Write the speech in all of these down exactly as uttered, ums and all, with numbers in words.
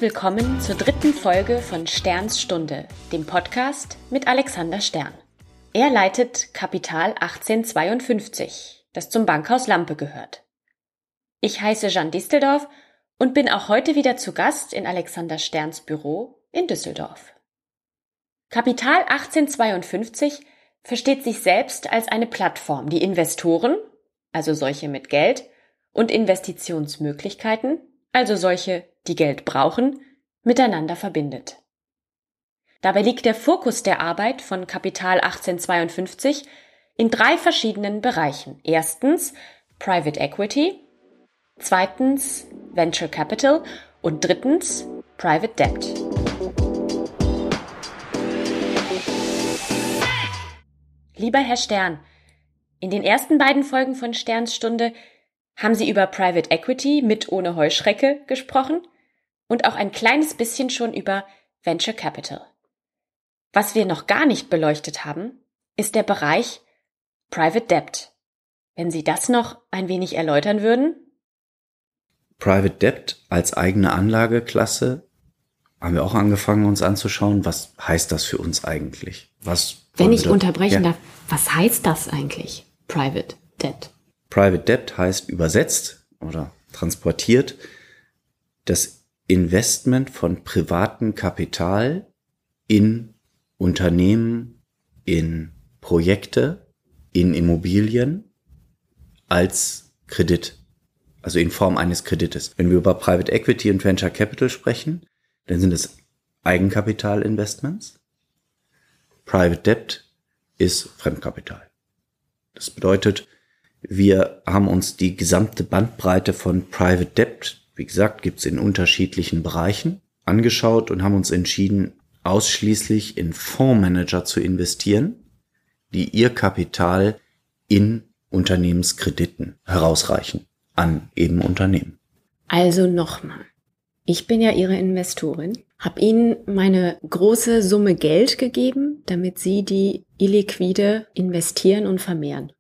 Herzlich willkommen zur dritten Folge von Sterns Stunde, dem Podcast mit Alexander Stern. Er leitet Kapital achtzehnhundertzweiundfünfzig, das zum Bankhaus Lampe gehört. Ich heiße Jeanne Disteldorf und bin auch heute wieder zu Gast in Alexander Sterns Büro in Düsseldorf. Kapital achtzehnhundertzweiundfünfzig versteht sich selbst als eine Plattform, die Investoren, also solche mit Geld, und Investitionsmöglichkeiten, also solche, die Geld brauchen, miteinander verbindet. Dabei liegt der Fokus der Arbeit von Kapital achtzehnhundertzweiundfünfzig in drei verschiedenen Bereichen. Erstens Private Equity, zweitens Venture Capital und drittens Private Debt. Lieber Herr Stern, in den ersten beiden Folgen von Sterns Stunde haben Sie über Private Equity mit ohne Heuschrecke gesprochen und auch ein kleines bisschen schon über Venture Capital. Was wir noch gar nicht beleuchtet haben, ist der Bereich Private Debt. Wenn Sie das noch ein wenig erläutern würden? Private Debt als eigene Anlageklasse haben wir auch angefangen, uns anzuschauen. Was heißt das für uns eigentlich? Was Wenn ich unterbrechen ja. darf, was heißt das eigentlich, Private Debt? Private Debt heißt übersetzt oder transportiert das Investment von privatem Kapital in Unternehmen, in Projekte, in Immobilien als Kredit, also in Form eines Kredites. Wenn wir über Private Equity und Venture Capital sprechen, dann sind es Eigenkapitalinvestments. Private Debt ist Fremdkapital. Das bedeutet, wir haben uns die gesamte Bandbreite von Private Debt, wie gesagt, gibt es in unterschiedlichen Bereichen, angeschaut und haben uns entschieden, ausschließlich in Fondsmanager zu investieren, die ihr Kapital in Unternehmenskrediten herausreichen an eben Unternehmen. Also nochmal, ich bin ja Ihre Investorin, habe Ihnen meine große Summe Geld gegeben, damit Sie die illiquide investieren und vermehren.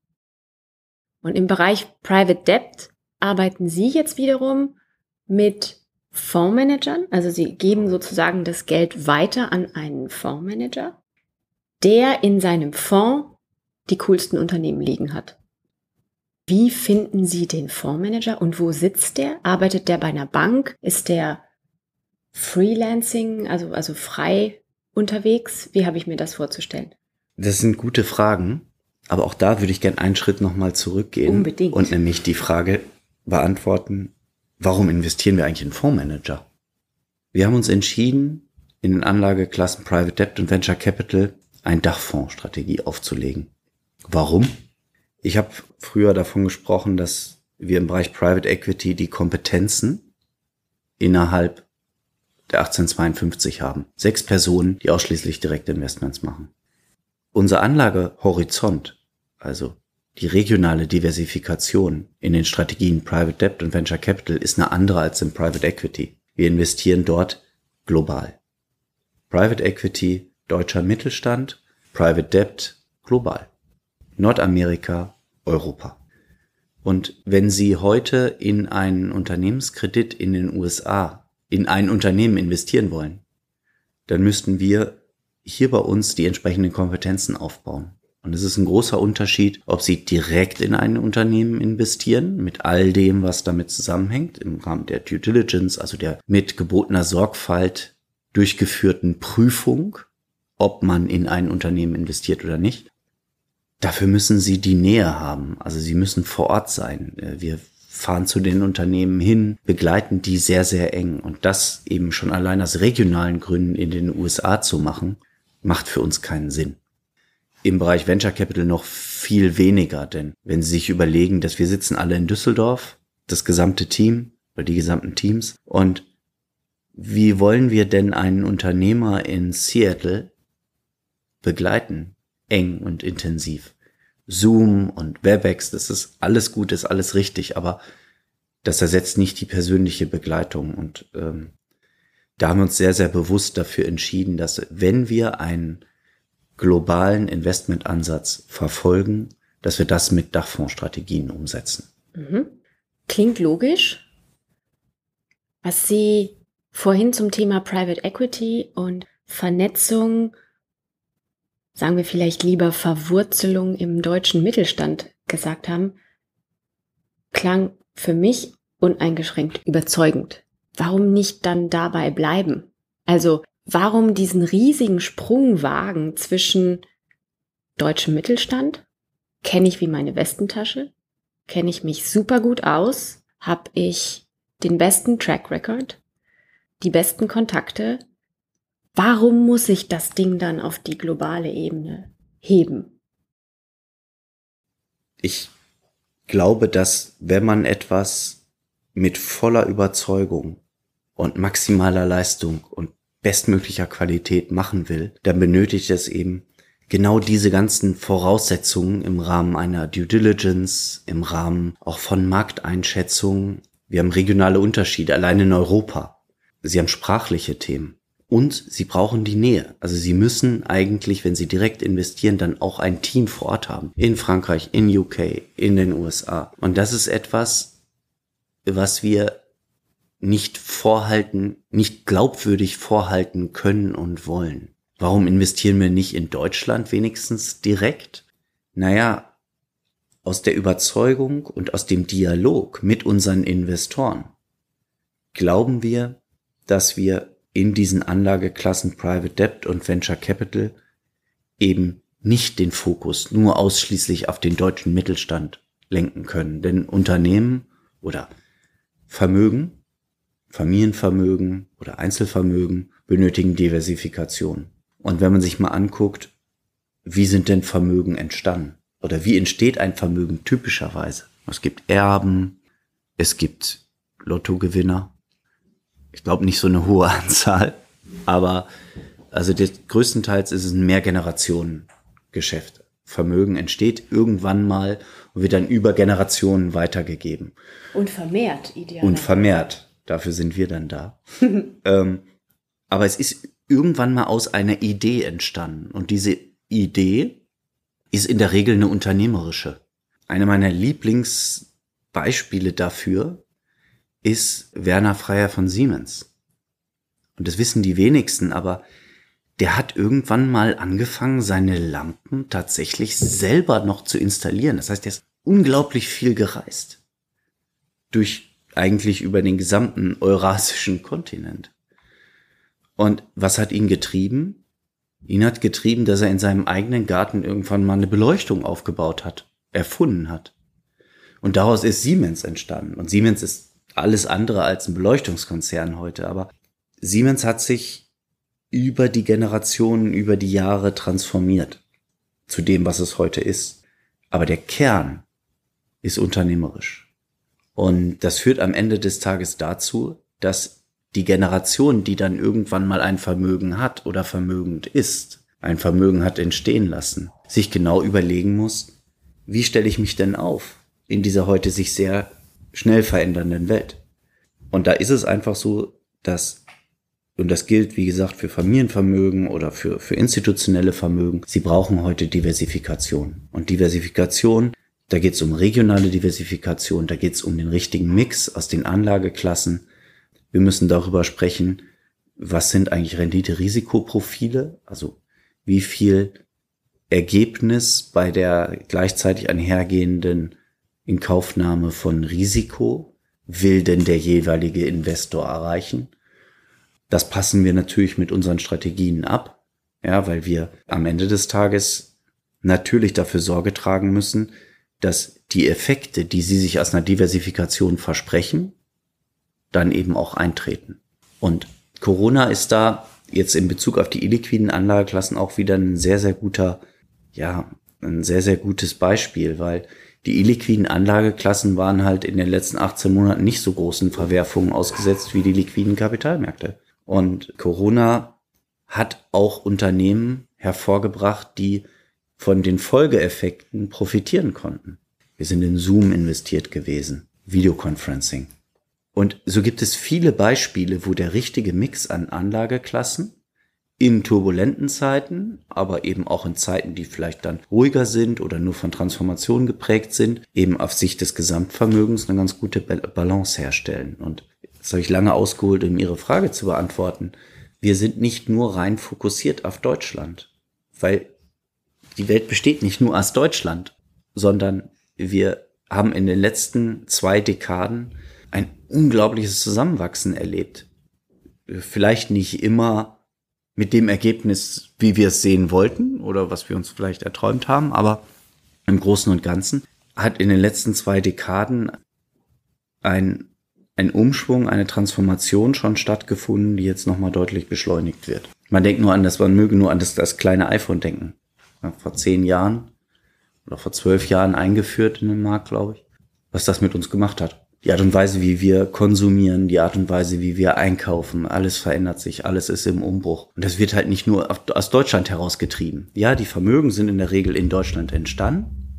Und im Bereich Private Debt arbeiten Sie jetzt wiederum mit Fondsmanagern, also Sie geben sozusagen das Geld weiter an einen Fondsmanager, der in seinem Fonds die coolsten Unternehmen liegen hat. Wie finden Sie den Fondsmanager und wo sitzt der? Arbeitet der bei einer Bank? Ist der Freelancing, also, also frei unterwegs? Wie habe ich mir das vorzustellen? Das sind gute Fragen. Aber auch da würde ich gerne einen Schritt nochmal zurückgehen. Unbedingt. Und nämlich die Frage beantworten, warum investieren wir eigentlich in Fondsmanager? Wir haben uns entschieden, in den Anlageklassen Private Debt und Venture Capital eine Dachfondsstrategie aufzulegen. Warum? Ich habe früher davon gesprochen, dass wir im Bereich Private Equity die Kompetenzen innerhalb der achtzehnhundertzweiundfünfzig haben. Sechs Personen, die ausschließlich direkte Investments machen. Unser Anlagehorizont, also die regionale Diversifikation in den Strategien Private Debt und Venture Capital ist eine andere als im Private Equity. Wir investieren dort global. Private Equity, deutscher Mittelstand, Private Debt, global. Nordamerika, Europa. Und wenn Sie heute in einen Unternehmenskredit in den U S A, in ein Unternehmen investieren wollen, dann müssten wir hier bei uns die entsprechenden Kompetenzen aufbauen. Und es ist ein großer Unterschied, ob Sie direkt in ein Unternehmen investieren, mit all dem, was damit zusammenhängt, im Rahmen der Due Diligence, also der mit gebotener Sorgfalt durchgeführten Prüfung, ob man in ein Unternehmen investiert oder nicht. Dafür müssen Sie die Nähe haben, also Sie müssen vor Ort sein. Wir fahren zu den Unternehmen hin, begleiten die sehr, sehr eng. Und das eben schon allein aus regionalen Gründen in den U S A zu machen, macht für uns keinen Sinn. Im Bereich Venture Capital noch viel weniger, denn wenn Sie sich überlegen, dass wir sitzen alle in Düsseldorf, das gesamte Team oder die gesamten Teams, und wie wollen wir denn einen Unternehmer in Seattle begleiten, eng und intensiv? Zoom und Webex, das ist alles gut, ist alles richtig, aber das ersetzt nicht die persönliche Begleitung. Und ähm, da haben wir uns sehr, sehr bewusst dafür entschieden, dass wenn wir einen globalen Investmentansatz verfolgen, dass wir das mit Dachfondsstrategien umsetzen. Mhm. Klingt logisch. Was Sie vorhin zum Thema Private Equity und Vernetzung, sagen wir vielleicht lieber Verwurzelung im deutschen Mittelstand gesagt haben, klang für mich uneingeschränkt überzeugend. Warum nicht dann dabei bleiben? Also warum diesen riesigen Sprung wagen zwischen deutschem Mittelstand, kenne ich wie meine Westentasche, kenne ich mich super gut aus, habe ich den besten Track Record, die besten Kontakte. Warum muss ich das Ding dann auf die globale Ebene heben? Ich glaube, dass wenn man etwas mit voller Überzeugung und maximaler Leistung und bestmöglicher Qualität machen will, dann benötigt es eben genau diese ganzen Voraussetzungen im Rahmen einer Due Diligence, im Rahmen auch von Markteinschätzungen. Wir haben regionale Unterschiede, allein in Europa. Sie haben sprachliche Themen. Und sie brauchen die Nähe. Also sie müssen eigentlich, wenn sie direkt investieren, dann auch ein Team vor Ort haben. In Frankreich, in U K, in den U S A. Und das ist etwas, was wir nicht vorhalten, nicht glaubwürdig vorhalten können und wollen. Warum investieren wir nicht in Deutschland wenigstens direkt? Naja, aus der Überzeugung und aus dem Dialog mit unseren Investoren glauben wir, dass wir in diesen Anlageklassen Private Debt und Venture Capital eben nicht den Fokus nur ausschließlich auf den deutschen Mittelstand lenken können. Denn Unternehmen oder Vermögen, Familienvermögen oder Einzelvermögen benötigen Diversifikation. Und wenn man sich mal anguckt, wie sind denn Vermögen entstanden? Oder wie entsteht ein Vermögen typischerweise? Es gibt Erben, es gibt Lottogewinner. Ich glaube nicht so eine hohe Anzahl, aber also das, größtenteils ist es ein Mehrgenerationen-Geschäft. Vermögen entsteht irgendwann mal und wird dann über Generationen weitergegeben. Und vermehrt, idealerweise. Und vermehrt. Dafür sind wir dann da. ähm, aber es ist irgendwann mal aus einer Idee entstanden. Und diese Idee ist in der Regel eine unternehmerische. Eine meiner Lieblingsbeispiele dafür ist Werner Freier von Siemens. Und das wissen die wenigsten, aber der hat irgendwann mal angefangen, seine Lampen tatsächlich selber noch zu installieren. Das heißt, er ist unglaublich viel gereist. Durch eigentlich über den gesamten eurasischen Kontinent. Und was hat ihn getrieben? Ihn hat getrieben, dass er in seinem eigenen Garten irgendwann mal eine Beleuchtung aufgebaut hat, erfunden hat. Und daraus ist Siemens entstanden. Und Siemens ist alles andere als ein Beleuchtungskonzern heute. Aber Siemens hat sich über die Generationen, über die Jahre transformiert zu dem, was es heute ist. Aber der Kern ist unternehmerisch. Und das führt am Ende des Tages dazu, dass die Generation, die dann irgendwann mal ein Vermögen hat oder vermögend ist, ein Vermögen hat entstehen lassen, sich genau überlegen muss, wie stelle ich mich denn auf in dieser heute sich sehr schnell verändernden Welt. Und da ist es einfach so, dass, und das gilt, wie gesagt, für Familienvermögen oder für, für institutionelle Vermögen, sie brauchen heute Diversifikation. Und Diversifikation, da geht es um regionale Diversifikation, da geht es um den richtigen Mix aus den Anlageklassen. Wir müssen darüber sprechen, was sind eigentlich Rendite-Risikoprofile, also wie viel Ergebnis bei der gleichzeitig einhergehenden Inkaufnahme von Risiko will denn der jeweilige Investor erreichen. Das passen wir natürlich mit unseren Strategien ab, ja, weil wir am Ende des Tages natürlich dafür Sorge tragen müssen, dass die Effekte, die sie sich aus einer Diversifikation versprechen, dann eben auch eintreten. Und Corona ist da jetzt in Bezug auf die illiquiden Anlageklassen auch wieder ein sehr, sehr guter, ja, ein sehr, sehr gutes Beispiel, weil die illiquiden Anlageklassen waren halt in den letzten achtzehn Monaten nicht so großen Verwerfungen ausgesetzt wie die liquiden Kapitalmärkte. Und Corona hat auch Unternehmen hervorgebracht, die von den Folgeeffekten profitieren konnten. Wir sind in Zoom investiert gewesen, Videoconferencing. Und so gibt es viele Beispiele, wo der richtige Mix an Anlageklassen in turbulenten Zeiten, aber eben auch in Zeiten, die vielleicht dann ruhiger sind oder nur von Transformation geprägt sind, eben auf Sicht des Gesamtvermögens eine ganz gute Balance herstellen. Und Das habe ich lange ausgeholt, um Ihre Frage zu beantworten. Wir sind nicht nur rein fokussiert auf Deutschland, weil die Welt besteht nicht nur aus Deutschland, sondern wir haben in den letzten zwei Dekaden ein unglaubliches Zusammenwachsen erlebt. Vielleicht nicht immer mit dem Ergebnis, wie wir es sehen wollten oder was wir uns vielleicht erträumt haben, aber im Großen und Ganzen hat in den letzten zwei Dekaden ein, ein Umschwung, eine Transformation schon stattgefunden, die jetzt nochmal deutlich beschleunigt wird. Man denkt nur an das, man möge nur an das, das kleine iPhone denken. Vor zehn Jahren oder vor zwölf Jahren eingeführt in den Markt, glaube ich, was das mit uns gemacht hat. Die Art und Weise, wie wir konsumieren, die Art und Weise, wie wir einkaufen, alles verändert sich, alles ist im Umbruch. Und das wird halt nicht nur aus Deutschland herausgetrieben. Ja, die Vermögen sind in der Regel in Deutschland entstanden,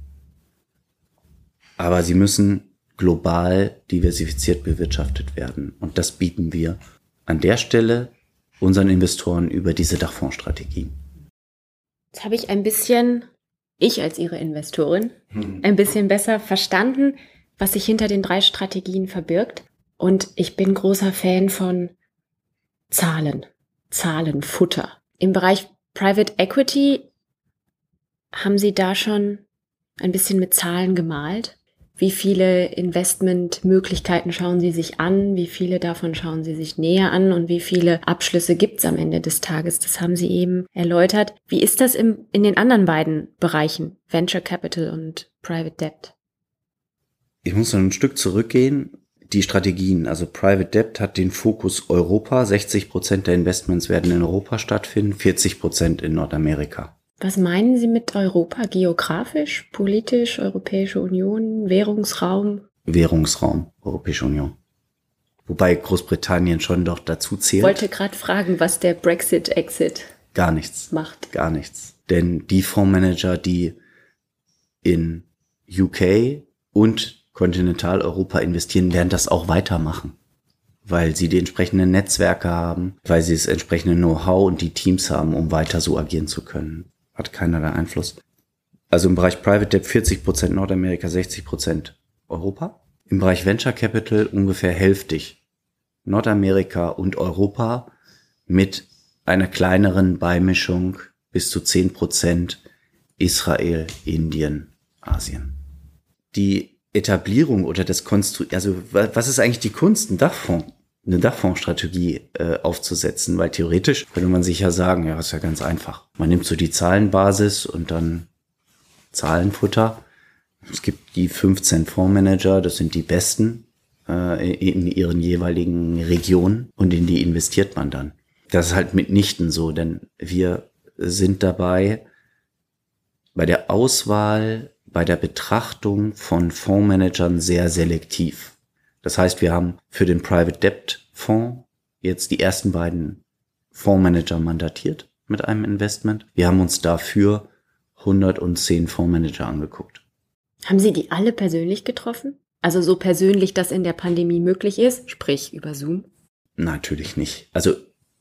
aber sie müssen global diversifiziert bewirtschaftet werden. Und das bieten wir an der Stelle unseren Investoren über diese Dachfondsstrategien. Jetzt habe ich ein bisschen, ich als Ihre Investorin, ein bisschen besser verstanden, was sich hinter den drei Strategien verbirgt. Und ich bin großer Fan von Zahlen, Zahlenfutter. Im Bereich Private Equity haben Sie da schon ein bisschen mit Zahlen gemalt? Wie viele Investmentmöglichkeiten schauen Sie sich an? Wie viele davon schauen Sie sich näher an? Und wie viele Abschlüsse gibt es am Ende des Tages? Das haben Sie eben erläutert. Wie ist das im, in den anderen beiden Bereichen, Venture Capital und Private Debt? Ich muss noch ein Stück zurückgehen. Die Strategien, also Private Debt hat den Fokus Europa. sechzig Prozent der Investments werden in Europa stattfinden, vierzig Prozent in Nordamerika. Was meinen Sie mit Europa? Geografisch, politisch, Europäische Union, Währungsraum? Währungsraum, Europäische Union. Wobei Großbritannien schon doch dazu zählt. Ich wollte gerade fragen, was der Brexit-Exit gar nichts macht. Gar nichts. Denn die Fondsmanager, die in U K und Kontinentaleuropa investieren, werden das auch weitermachen. Weil sie die entsprechenden Netzwerke haben, weil sie das entsprechende Know-how und die Teams haben, um weiter so agieren zu können. Hat keinerlei Einfluss. Also im Bereich Private Debt vierzig Prozent Nordamerika, sechzig Prozent Europa. Im Bereich Venture Capital ungefähr hälftig Nordamerika und Europa mit einer kleineren Beimischung bis zu zehn Prozent Israel, Indien, Asien. Die Etablierung oder das Konstru... Also was ist eigentlich die Kunst, ein Dachfonds? eine Dachfondsstrategie äh, aufzusetzen, weil theoretisch könnte man sich ja sagen, ja, ist ja ganz einfach. Man nimmt so die Zahlenbasis und dann Zahlenfutter. Es gibt die fünfzehn Fondsmanager, das sind die besten äh, in ihren jeweiligen Regionen und in die investiert man dann. Das ist halt mitnichten so, denn wir sind dabei bei der Auswahl, bei der Betrachtung von Fondsmanagern sehr selektiv. Das heißt, wir haben für den Private Debt Fonds jetzt die ersten beiden Fondsmanager mandatiert mit einem Investment. Wir haben uns dafür hundertzehn Fondsmanager angeguckt. Haben Sie die alle persönlich getroffen? Also so persönlich, dass in der Pandemie möglich ist, sprich über Zoom? Natürlich nicht. Also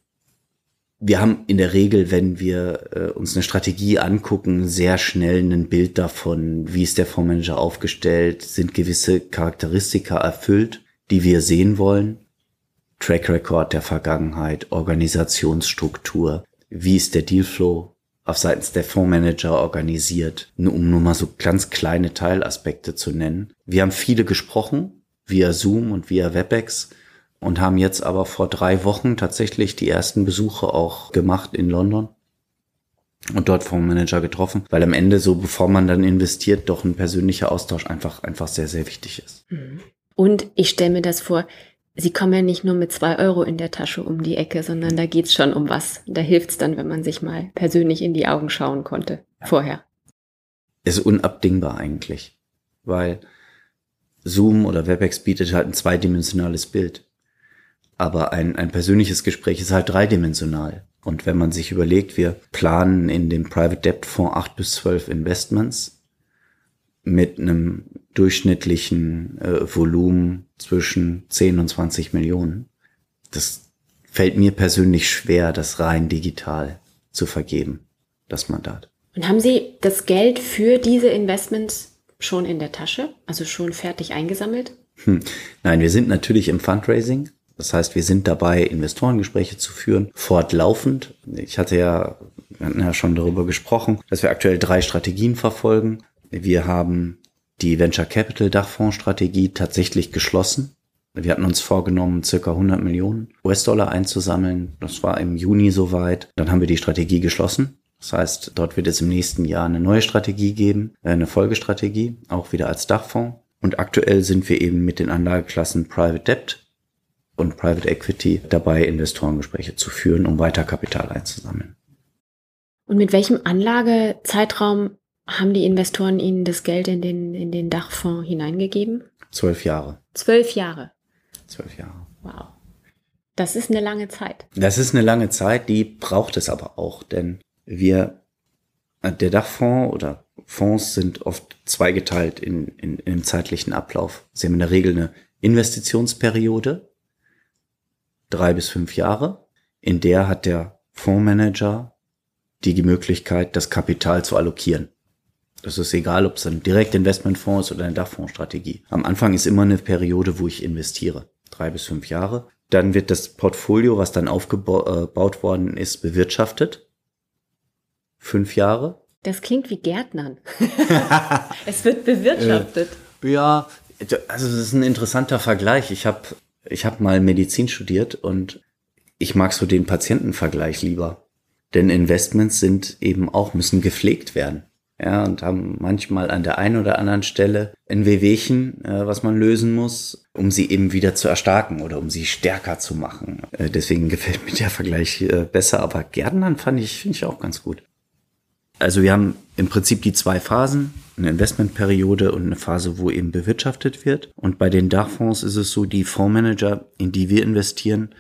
wir haben in der Regel, wenn wir äh, uns eine Strategie angucken, sehr schnell ein Bild davon, wie ist der Fondsmanager aufgestellt, sind gewisse Charakteristika erfüllt, die wir sehen wollen. Track Record der Vergangenheit, Organisationsstruktur, wie ist der Dealflow auf seitens der Fondsmanager organisiert, um nur mal so ganz kleine Teilaspekte zu nennen. Wir haben viele gesprochen, via Zoom und via WebEx, und haben jetzt aber vor drei Wochen tatsächlich die ersten Besuche auch gemacht in London und dort Fondsmanager getroffen, weil am Ende so, bevor man dann investiert, doch ein persönlicher Austausch einfach einfach sehr, sehr wichtig ist. Und ich stelle mir das vor, Sie kommen ja nicht nur mit zwei Euro in der Tasche um die Ecke, sondern da geht's schon um was. Da hilft's dann, wenn man sich mal persönlich in die Augen schauen konnte, ja. Vorher. Es ist unabdingbar eigentlich, weil Zoom oder WebEx bietet halt ein zweidimensionales Bild. Aber ein, ein persönliches Gespräch ist halt dreidimensional. Und wenn man sich überlegt, wir planen in dem Private Debt Fonds acht bis zwölf Investments mit einem durchschnittlichen äh, Volumen zwischen zehn und zwanzig Millionen. Das fällt mir persönlich schwer, das rein digital zu vergeben, das Mandat. Und haben Sie das Geld für diese Investments schon in der Tasche, also schon fertig eingesammelt? Hm. Nein, wir sind natürlich im Fundraising. Das heißt, wir sind dabei, Investorengespräche zu führen, fortlaufend. Ich hatte ja, wir hatten ja schon darüber gesprochen, dass wir aktuell drei Strategien verfolgen. Wir haben die Venture Capital Dachfondsstrategie tatsächlich geschlossen. Wir hatten uns vorgenommen, circa hundert Millionen U S-Dollar einzusammeln. Das war im Juni soweit. Dann haben wir die Strategie geschlossen. Das heißt, dort wird es im nächsten Jahr eine neue Strategie geben, eine Folgestrategie, auch wieder als Dachfonds. Und aktuell sind wir eben mit den Anlageklassen Private Debt und Private Equity dabei, Investorengespräche zu führen, um weiter Kapital einzusammeln. Und mit welchem Anlagezeitraum haben die Investoren Ihnen das Geld in den, in den Dachfonds hineingegeben? Zwölf Jahre. Zwölf Jahre? Zwölf Jahre. Wow. Das ist eine lange Zeit. Das ist eine lange Zeit, die braucht es aber auch, denn wir, der Dachfonds oder Fonds sind oft zweigeteilt in, in, im zeitlichen Ablauf. Sie haben in der Regel eine Investitionsperiode, drei bis fünf Jahre. In der hat der Fondsmanager die Möglichkeit, das Kapital zu allokieren. Das ist egal, ob es ein Direktinvestmentfonds ist oder eine Dachfondsstrategie. Am Anfang ist immer eine Periode, wo ich investiere. Drei bis fünf Jahre. Dann wird das Portfolio, was dann aufgebaut worden ist, bewirtschaftet. Fünf Jahre. Das klingt wie Gärtnern. Es wird bewirtschaftet. Äh, ja, also das ist ein interessanter Vergleich. Ich habe ich hab mal Medizin studiert und ich mag so den Patientenvergleich lieber. Denn Investments sind eben auch, müssen gepflegt werden. Ja, und haben manchmal an der einen oder anderen Stelle ein Wehwehchen, äh, was man lösen muss, um sie eben wieder zu erstarken oder um sie stärker zu machen. Äh, deswegen gefällt mir der Vergleich äh, besser. Aber Gärtnern fand ich, finde ich auch ganz gut. Also wir haben im Prinzip die zwei Phasen, eine Investmentperiode und eine Phase, wo eben bewirtschaftet wird. Und bei den Dachfonds ist es so, die Fondsmanager, in die wir investieren,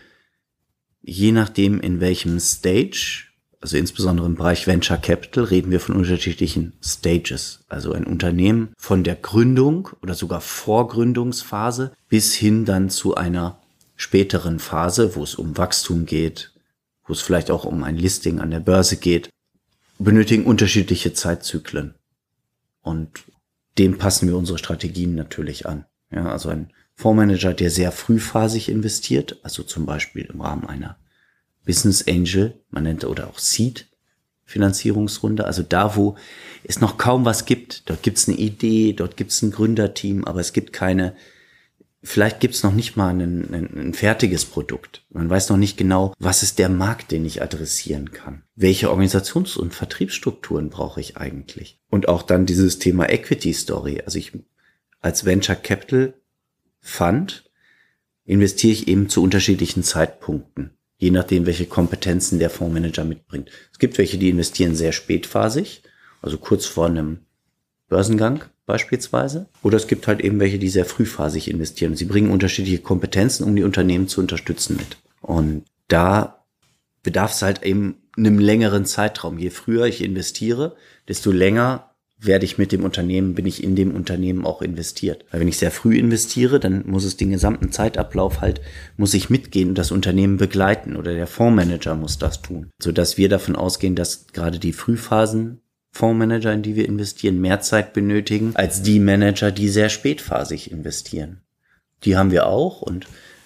je nachdem in welchem Stage, also insbesondere im Bereich Venture Capital, reden wir von unterschiedlichen Stages. Also ein Unternehmen von der Gründung oder sogar Vorgründungsphase bis hin dann zu einer späteren Phase, wo es um Wachstum geht, wo es vielleicht auch um ein Listing an der Börse geht, benötigen unterschiedliche Zeitzyklen. Und dem passen wir unsere Strategien natürlich an. Ja, also ein Fondsmanager, der sehr frühphasig investiert, also zum Beispiel im Rahmen einer Business Angel, man nennt oder auch Seed Finanzierungsrunde, also da, wo es noch kaum was gibt. Dort gibt es eine Idee, dort gibt es ein Gründerteam, aber es gibt keine, vielleicht gibt es noch nicht mal ein, ein, ein fertiges Produkt. Man weiß noch nicht genau, was ist der Markt, den ich adressieren kann. Welche Organisations- und Vertriebsstrukturen brauche ich eigentlich? Und auch dann dieses Thema Equity Story. Also ich als Venture Capital Fund investiere ich eben zu unterschiedlichen Zeitpunkten, je nachdem, welche Kompetenzen der Fondsmanager mitbringt. Es gibt welche, die investieren sehr spätphasig, also kurz vor einem Börsengang beispielsweise. Oder es gibt halt eben welche, die sehr frühphasig investieren. Sie bringen unterschiedliche Kompetenzen, um die Unternehmen zu unterstützen mit. Und da bedarf es halt eben einem längeren Zeitraum. Je früher ich investiere, desto länger werde ich mit dem Unternehmen, bin ich in dem Unternehmen auch investiert. Weil wenn ich sehr früh investiere, dann muss es den gesamten Zeitablauf halt, muss ich mitgehen und das Unternehmen begleiten oder der Fondsmanager muss das tun. Sodass wir davon ausgehen, dass gerade die Frühphasen Fondsmanager, in die wir investieren, mehr Zeit benötigen als die Manager, die sehr spätphasig investieren. Die haben wir auch und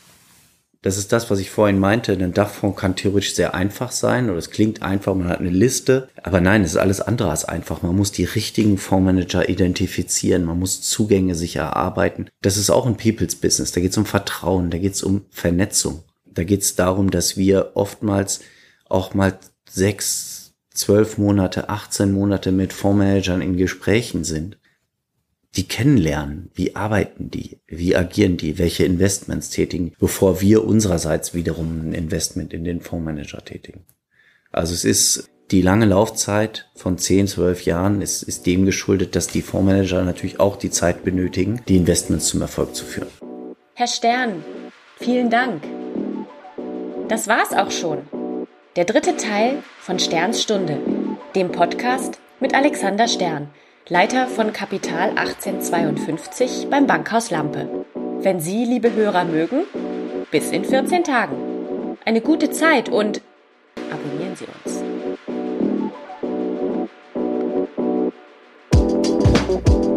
das ist das, was ich vorhin meinte. Ein Dachfonds kann theoretisch sehr einfach sein oder es klingt einfach, man hat eine Liste. Aber nein, es ist alles andere als einfach. Man muss die richtigen Fondsmanager identifizieren. Man muss Zugänge sich erarbeiten. Das ist auch ein People's Business. Da geht es um Vertrauen, da geht es um Vernetzung. Da geht es darum, dass wir oftmals auch mal sechs, zwölf Monate, achtzehn Monate mit Fondsmanagern in Gesprächen sind. Die kennenlernen, wie arbeiten die, wie agieren die, welche Investments tätigen, bevor wir unsererseits wiederum ein Investment in den Fondsmanager tätigen. Also es ist die lange Laufzeit von zehn, zwölf Jahren ist, ist dem geschuldet, dass die Fondsmanager natürlich auch die Zeit benötigen, die Investments zum Erfolg zu führen. Herr Stern, vielen Dank. Das war's auch schon. Der dritte Teil von Sterns Stunde, dem Podcast mit Alexander Stern, Leiter von Kapital achtzehnhundertzweiundfünfzig beim Bankhaus Lampe. Wenn Sie, liebe Hörer, mögen, bis in vierzehn Tagen. Eine gute Zeit und abonnieren Sie uns.